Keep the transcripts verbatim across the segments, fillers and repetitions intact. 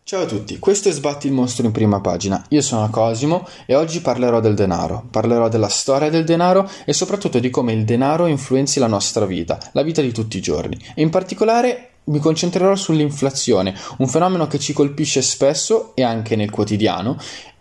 Ciao a tutti, questo è Sbatti il mostro in prima pagina. Io sono Cosimo e oggi parlerò del denaro. Parlerò della storia del denaro e soprattutto di come il denaro influenzi la nostra vita, la vita di tutti i giorni. E in particolare mi concentrerò sull'inflazione, un fenomeno che ci colpisce spesso e anche nel quotidiano.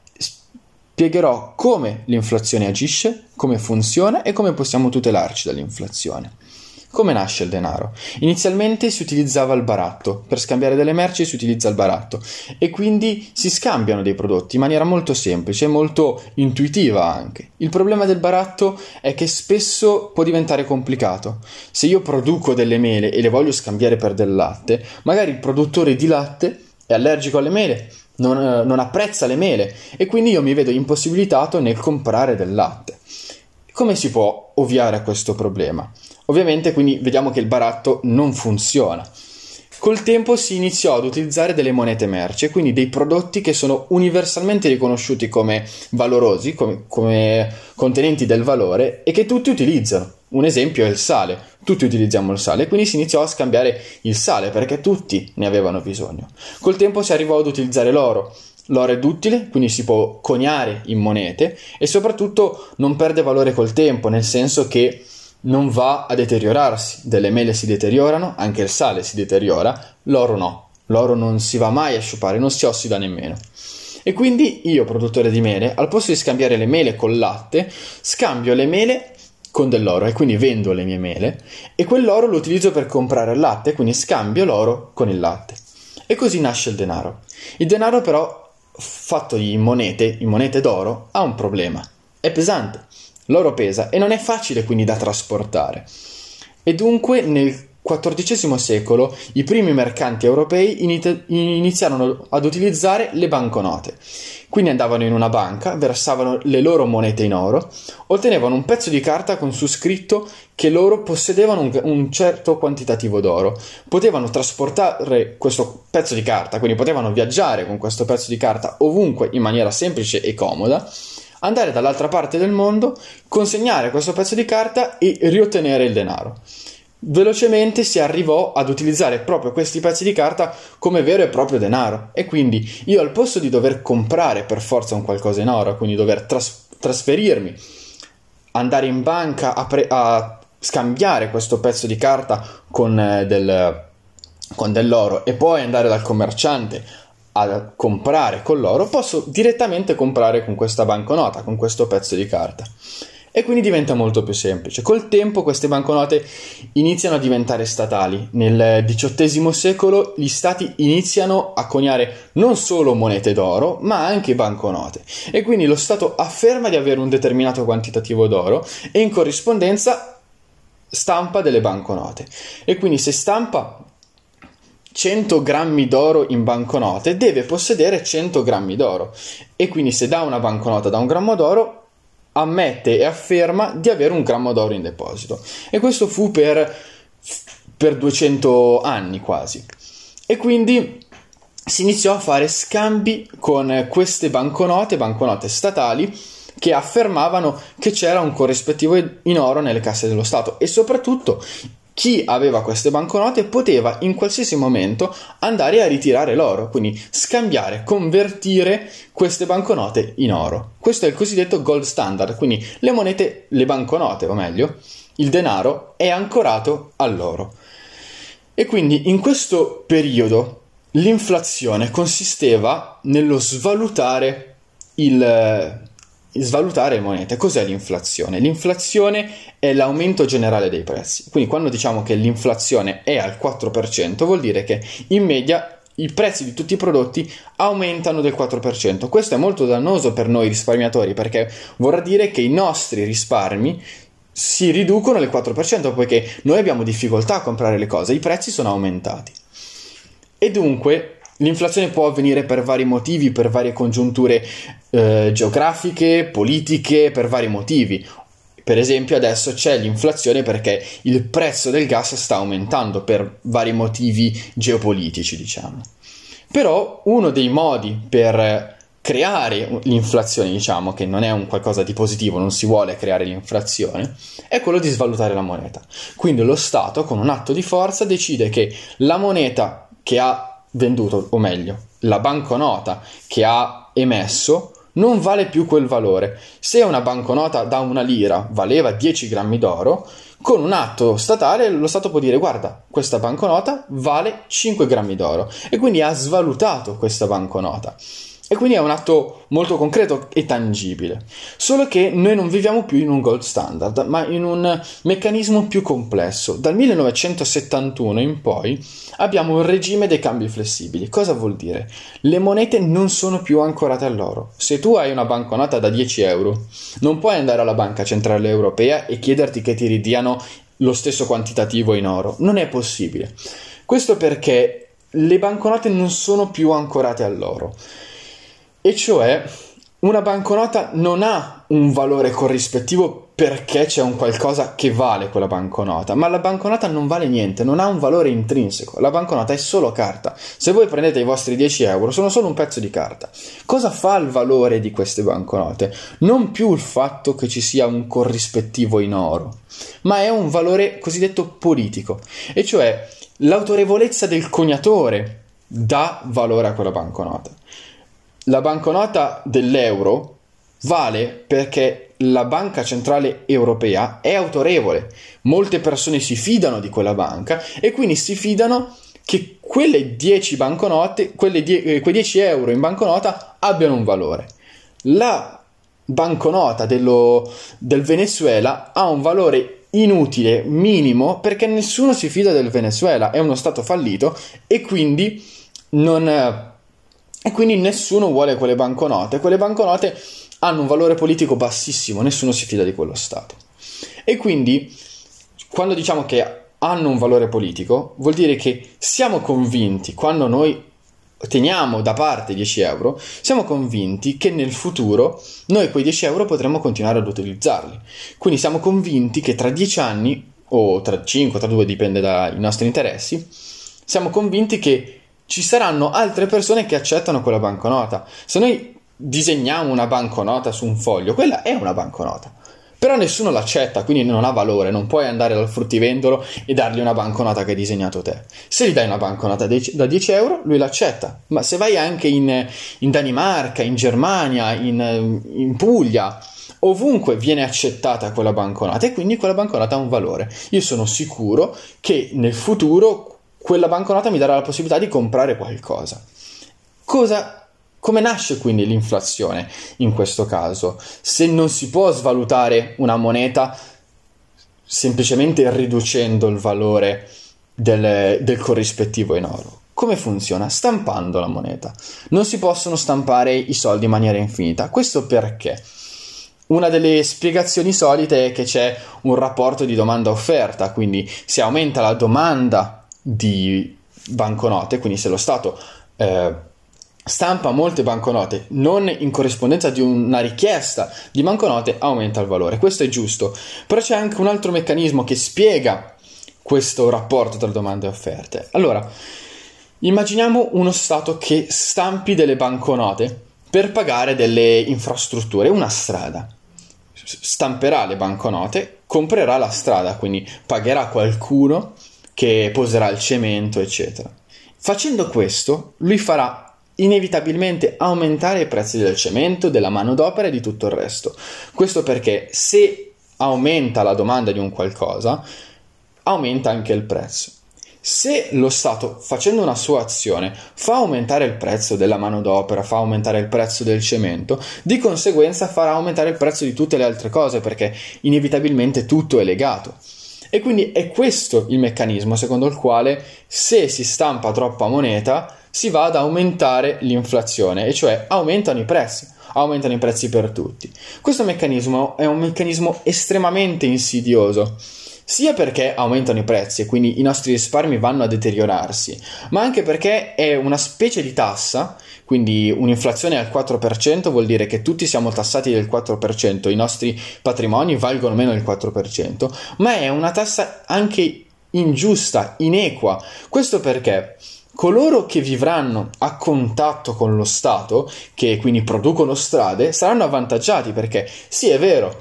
Spiegherò come l'inflazione agisce, come funziona e come possiamo tutelarci dall'inflazione. Come nasce il denaro? Inizialmente si utilizzava il baratto, per scambiare delle merci si utilizza il baratto e quindi si scambiano dei prodotti in maniera molto semplice e molto intuitiva anche. Il problema del baratto è che spesso può diventare complicato. Se io produco delle mele e le voglio scambiare per del latte, magari il produttore di latte è allergico alle mele, non, eh, non apprezza le mele e quindi io mi vedo impossibilitato nel comprare del latte. Come si può ovviare a questo problema? Ovviamente quindi vediamo che il baratto non funziona. Col tempo si iniziò ad utilizzare delle monete merci, quindi dei prodotti che sono universalmente riconosciuti come valorosi, come, come contenenti del valore e che tutti utilizzano. Un esempio è il sale, tutti utilizziamo il sale, quindi si iniziò a scambiare il sale perché tutti ne avevano bisogno. Col tempo si arrivò ad utilizzare l'oro. L'oro è duttile, quindi si può coniare in monete e soprattutto non perde valore col tempo, nel senso che non va a deteriorarsi. Delle mele si deteriorano, anche il sale si deteriora, l'oro no. L'oro non si va mai a sciupare, non si ossida nemmeno. E quindi io, produttore di mele, al posto di scambiare le mele col latte, scambio le mele con dell'oro e quindi vendo le mie mele e quell'oro lo utilizzo per comprare il latte, quindi scambio l'oro con il latte. E così nasce il denaro. Il denaro però, fatto in monete, in monete d'oro, ha un problema. È pesante. L'oro pesa e non è facile quindi da trasportare. E dunque nel quattordicesimo secolo i primi mercanti europei iniziarono ad utilizzare le banconote. Quindi andavano in una banca, versavano le loro monete in oro, ottenevano un pezzo di carta con su scritto che loro possedevano un, un certo quantitativo d'oro. Potevano trasportare questo pezzo di carta, quindi potevano viaggiare con questo pezzo di carta ovunque in maniera semplice e comoda, andare dall'altra parte del mondo, consegnare questo pezzo di carta e riottenere il denaro. Velocemente si arrivò ad utilizzare proprio questi pezzi di carta come vero e proprio denaro e quindi io al posto di dover comprare per forza un qualcosa in oro, quindi dover tras- trasferirmi, andare in banca a, pre- a scambiare questo pezzo di carta con, eh, del, con dell'oro e poi andare dal commerciante a comprare con l'oro, posso direttamente comprare con questa banconota, con questo pezzo di carta. E quindi diventa molto più semplice. Col tempo queste banconote iniziano a diventare statali. Nel diciottesimo secolo gli stati iniziano a coniare non solo monete d'oro, ma anche banconote. E quindi lo Stato afferma di avere un determinato quantitativo d'oro e in corrispondenza stampa delle banconote. E quindi se stampa cento grammi d'oro in banconote, deve possedere cento grammi d'oro. E quindi se dà una banconota da un grammo d'oro, ammette e afferma di avere un grammo d'oro in deposito. E questo fu per, per duecento anni quasi. E quindi si iniziò a fare scambi con queste banconote, banconote statali, che affermavano che c'era un corrispettivo in oro nelle casse dello Stato. E soprattutto chi aveva queste banconote poteva in qualsiasi momento andare a ritirare l'oro, quindi scambiare, convertire queste banconote in oro. Questo è il cosiddetto gold standard, quindi le monete, le banconote o meglio, il denaro è ancorato all'oro. E quindi in questo periodo l'inflazione consisteva nello svalutare il... svalutare le monete. Cos'è l'inflazione? L'inflazione è l'aumento generale dei prezzi. Quindi quando diciamo che l'inflazione è al quattro per cento vuol dire che in media i prezzi di tutti i prodotti aumentano del quattro per cento. Questo è molto dannoso per noi risparmiatori perché vorrà dire che i nostri risparmi si riducono del quattro per cento poiché noi abbiamo difficoltà a comprare le cose, i prezzi sono aumentati. E dunque l'inflazione può avvenire per vari motivi, per varie congiunture eh, geografiche, politiche, per vari motivi. Per esempio adesso c'è l'inflazione perché il prezzo del gas sta aumentando per vari motivi geopolitici, diciamo. Però uno dei modi per creare l'inflazione, diciamo che non è un qualcosa di positivo, non si vuole creare l'inflazione, è quello di svalutare la moneta. Quindi lo Stato con un atto di forza decide che la moneta che ha venduto, o meglio, la banconota che ha emesso non vale più quel valore. Se una banconota da una lira valeva dieci grammi d'oro, con un atto statale lo Stato può dire: guarda, questa banconota vale cinque grammi d'oro, e quindi ha svalutato questa banconota. E quindi è un atto molto concreto e tangibile. Solo che noi non viviamo più in un gold standard, ma in un meccanismo più complesso. Dal millenovecentosettantuno in poi abbiamo il regime dei cambi flessibili. Cosa vuol dire? Le monete non sono più ancorate all'oro. Se tu hai una banconota da dieci euro, non puoi andare alla Banca Centrale Europea e chiederti che ti ridiano lo stesso quantitativo in oro. Non è possibile. Questo perché le banconote non sono più ancorate all'oro. E cioè, una banconota non ha un valore corrispettivo perché c'è un qualcosa che vale quella banconota, ma la banconota non vale niente, non ha un valore intrinseco. La banconota è solo carta. Se voi prendete i vostri dieci euro, sono solo un pezzo di carta. Cosa fa il valore di queste banconote? Non più il fatto che ci sia un corrispettivo in oro, ma è un valore cosiddetto politico, e cioè l'autorevolezza del coniatore dà valore a quella banconota. La banconota dell'euro vale perché la Banca Centrale Europea è autorevole. Molte persone si fidano di quella banca e quindi si fidano che quelle dieci banconote, quelle die- quei dieci euro in banconota abbiano un valore. La banconota dello, del Venezuela ha un valore inutile, minimo, perché nessuno si fida del Venezuela, è uno stato fallito e quindi non... E quindi nessuno vuole quelle banconote. Quelle banconote hanno un valore politico bassissimo, nessuno si fida di quello Stato. E quindi, quando diciamo che hanno un valore politico, vuol dire che siamo convinti, quando noi teniamo da parte dieci euro, siamo convinti che nel futuro noi quei dieci euro potremo continuare ad utilizzarli. Quindi siamo convinti che tra dieci anni, o tra cinque, tra due, dipende dai nostri interessi, siamo convinti che ci saranno altre persone che accettano quella banconota. Se noi disegniamo una banconota su un foglio, quella è una banconota, però nessuno l'accetta, quindi non ha valore. Non puoi andare dal fruttivendolo e dargli una banconota che hai disegnato te. Se gli dai una banconota da dieci euro, lui l'accetta. Ma se vai anche in, in Danimarca, in Germania, in, in Puglia, ovunque viene accettata quella banconota, e quindi quella banconota ha un valore. Io sono sicuro che nel futuro quella banconota mi darà la possibilità di comprare qualcosa. Cosa, come nasce quindi l'inflazione in questo caso? Se non si può svalutare una moneta semplicemente riducendo il valore del, del corrispettivo in oro. Come funziona? Stampando la moneta. Non si possono stampare i soldi in maniera infinita. Questo perché? Una delle spiegazioni solite è che c'è un rapporto di domanda-offerta, quindi se aumenta la domanda di banconote, quindi se lo Stato eh, stampa molte banconote non in corrispondenza di una richiesta di banconote, aumenta il valore. Questo è giusto, però c'è anche un altro meccanismo che spiega questo rapporto tra domande e offerte. Allora, immaginiamo uno Stato che stampi delle banconote per pagare delle infrastrutture, una strada. Stamperà le banconote, comprerà la strada, quindi pagherà qualcuno che poserà il cemento, eccetera. Facendo questo, lui farà inevitabilmente aumentare i prezzi del cemento, della manodopera e di tutto il resto. Questo perché se aumenta la domanda di un qualcosa, aumenta anche il prezzo. Se lo Stato, facendo una sua azione, fa aumentare il prezzo della manodopera, fa aumentare il prezzo del cemento, di conseguenza farà aumentare il prezzo di tutte le altre cose, perché inevitabilmente tutto è legato. E quindi è questo il meccanismo secondo il quale se si stampa troppa moneta si va ad aumentare l'inflazione, e cioè aumentano i prezzi, aumentano i prezzi per tutti. Questo meccanismo è un meccanismo estremamente insidioso, sia perché aumentano i prezzi e quindi i nostri risparmi vanno a deteriorarsi, ma anche perché è una specie di tassa. Quindi un'inflazione al quattro per cento vuol dire che tutti siamo tassati del quattro per cento, i nostri patrimoni valgono meno del quattro per cento, ma è una tassa anche ingiusta, inequa. Questo perché coloro che vivranno a contatto con lo Stato, che quindi producono strade, saranno avvantaggiati, perché sì, è vero,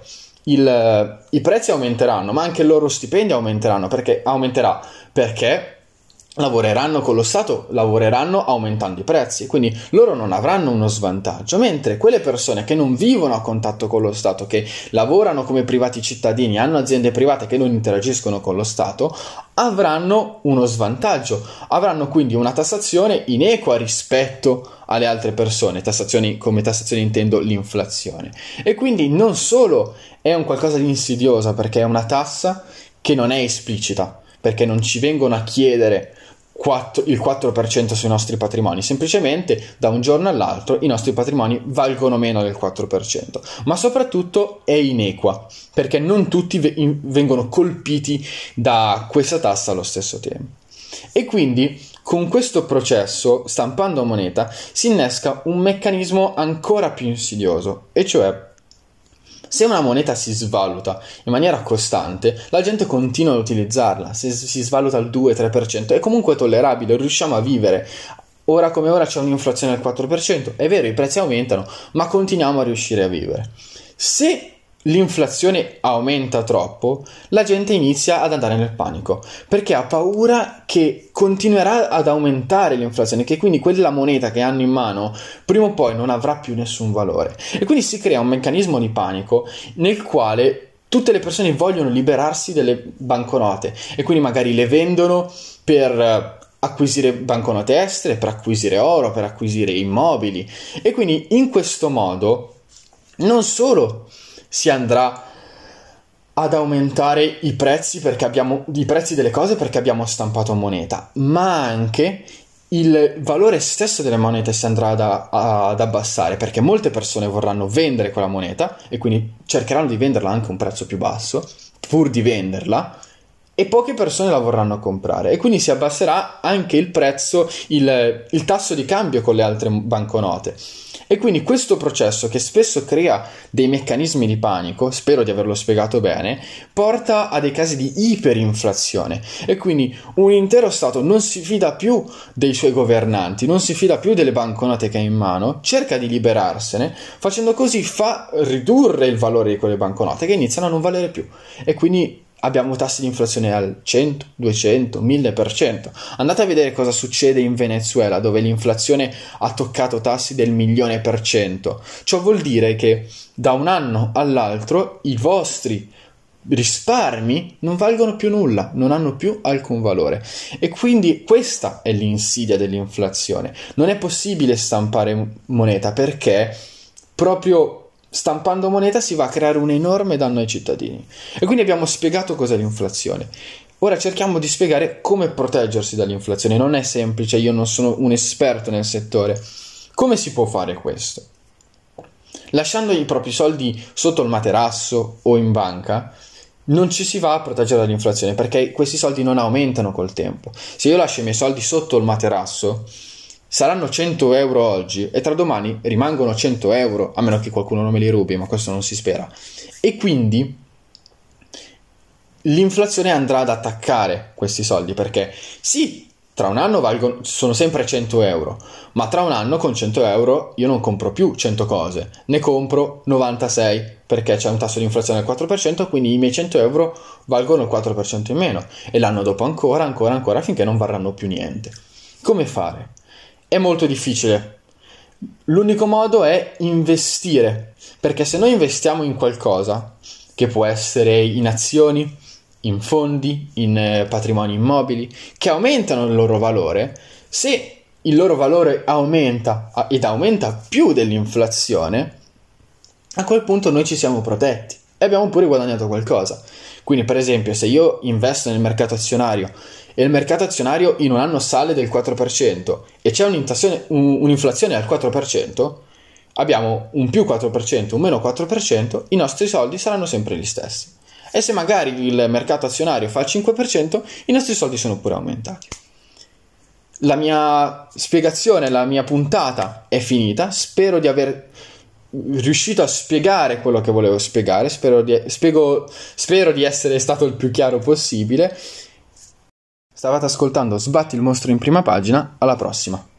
il, i prezzi aumenteranno, ma anche il loro stipendio aumenteranno, perché aumenterà perché lavoreranno con lo Stato, lavoreranno aumentando i prezzi, quindi loro non avranno uno svantaggio, mentre quelle persone che non vivono a contatto con lo Stato, che lavorano come privati cittadini, hanno aziende private che non interagiscono con lo Stato, avranno uno svantaggio, avranno quindi una tassazione inequa rispetto alle altre persone. Tassazioni, come tassazione intendo l'inflazione, e quindi non solo è un qualcosa di insidiosa, perché è una tassa che non è esplicita, perché non ci vengono a chiedere il quattro per cento sui nostri patrimoni, semplicemente da un giorno all'altro i nostri patrimoni valgono meno del quattro per cento, ma soprattutto è inequa, perché non tutti vengono colpiti da questa tassa allo stesso tempo. E quindi con questo processo, stampando moneta, si innesca un meccanismo ancora più insidioso, e cioè, se una moneta si svaluta in maniera costante, la gente continua ad utilizzarla. Se si svaluta al due tre per cento è comunque tollerabile, riusciamo a vivere. Ora come ora c'è un'inflazione del quattro per cento, è vero, i prezzi aumentano, ma continuiamo a riuscire a vivere. Se l'inflazione aumenta troppo, la gente inizia ad andare nel panico, perché ha paura che continuerà ad aumentare l'inflazione, che quindi quella moneta che hanno in mano prima o poi non avrà più nessun valore, e quindi si crea un meccanismo di panico nel quale tutte le persone vogliono liberarsi delle banconote e quindi magari le vendono per acquisire banconote estere, per acquisire oro, per acquisire immobili, e quindi in questo modo non solo si andrà ad aumentare i prezzi perché abbiamo i prezzi delle cose perché abbiamo stampato moneta, ma anche il valore stesso delle monete si andrà ad, ad abbassare, perché molte persone vorranno vendere quella moneta e quindi cercheranno di venderla anche a un prezzo più basso pur di venderla, e poche persone la vorranno comprare, e quindi si abbasserà anche il prezzo, il, il tasso di cambio con le altre banconote. E quindi questo processo, che spesso crea dei meccanismi di panico, spero di averlo spiegato bene, porta a dei casi di iperinflazione, e quindi un intero Stato non si fida più dei suoi governanti, non si fida più delle banconote che ha in mano, cerca di liberarsene, facendo così fa ridurre il valore di quelle banconote che iniziano a non valere più, e quindi abbiamo tassi di inflazione al cento, duecento, mille per cento. Andate a vedere cosa succede in Venezuela, dove l'inflazione ha toccato tassi del milione per cento. Ciò vuol dire che da un anno all'altro i vostri risparmi non valgono più nulla, non hanno più alcun valore. E quindi questa è l'insidia dell'inflazione. Non è possibile stampare moneta, perché proprio stampando moneta si va a creare un enorme danno ai cittadini. E quindi abbiamo spiegato cos'è l'inflazione. Ora cerchiamo di spiegare come proteggersi dall'inflazione. Non è semplice, io non sono un esperto nel settore. Come si può fare questo? Lasciando i propri soldi sotto il materasso o in banca non ci si va a proteggere dall'inflazione, perché questi soldi non aumentano col tempo. Se io lascio i miei soldi sotto il materasso, saranno cento euro oggi e tra domani rimangono cento euro, a meno che qualcuno non me li rubi, ma questo non si spera. E quindi l'inflazione andrà ad attaccare questi soldi, perché sì, tra un anno valgono, sono sempre cento euro, ma tra un anno con cento euro io non compro più cento cose, ne compro novantasei, perché c'è un tasso di inflazione del quattro per cento, quindi i miei cento euro valgono il quattro per cento in meno, e l'anno dopo ancora, ancora, ancora, finché non varranno più niente. Come fare? È molto difficile. L'unico modo è investire, perché se noi investiamo in qualcosa, che può essere in azioni, in fondi, in eh, patrimoni immobili, che aumentano il loro valore, se il loro valore aumenta ed aumenta più dell'inflazione, a quel punto noi ci siamo protetti e abbiamo pure guadagnato qualcosa. Quindi, per esempio, se io investo nel mercato azionario e il mercato azionario in un anno sale del quattro per cento e c'è un'inflazione, un'inflazione al quattro per cento, abbiamo un più quattro per cento, un meno quattro per cento, i nostri soldi saranno sempre gli stessi. E se magari il mercato azionario fa il cinque per cento, i nostri soldi sono pure aumentati. La mia spiegazione, la mia puntata è finita. Spero di aver riuscito a spiegare quello che volevo spiegare. Spero di, spiego, spero di essere stato il più chiaro possibile. Stavate ascoltando Sbatti il mostro in prima pagina. Alla prossima.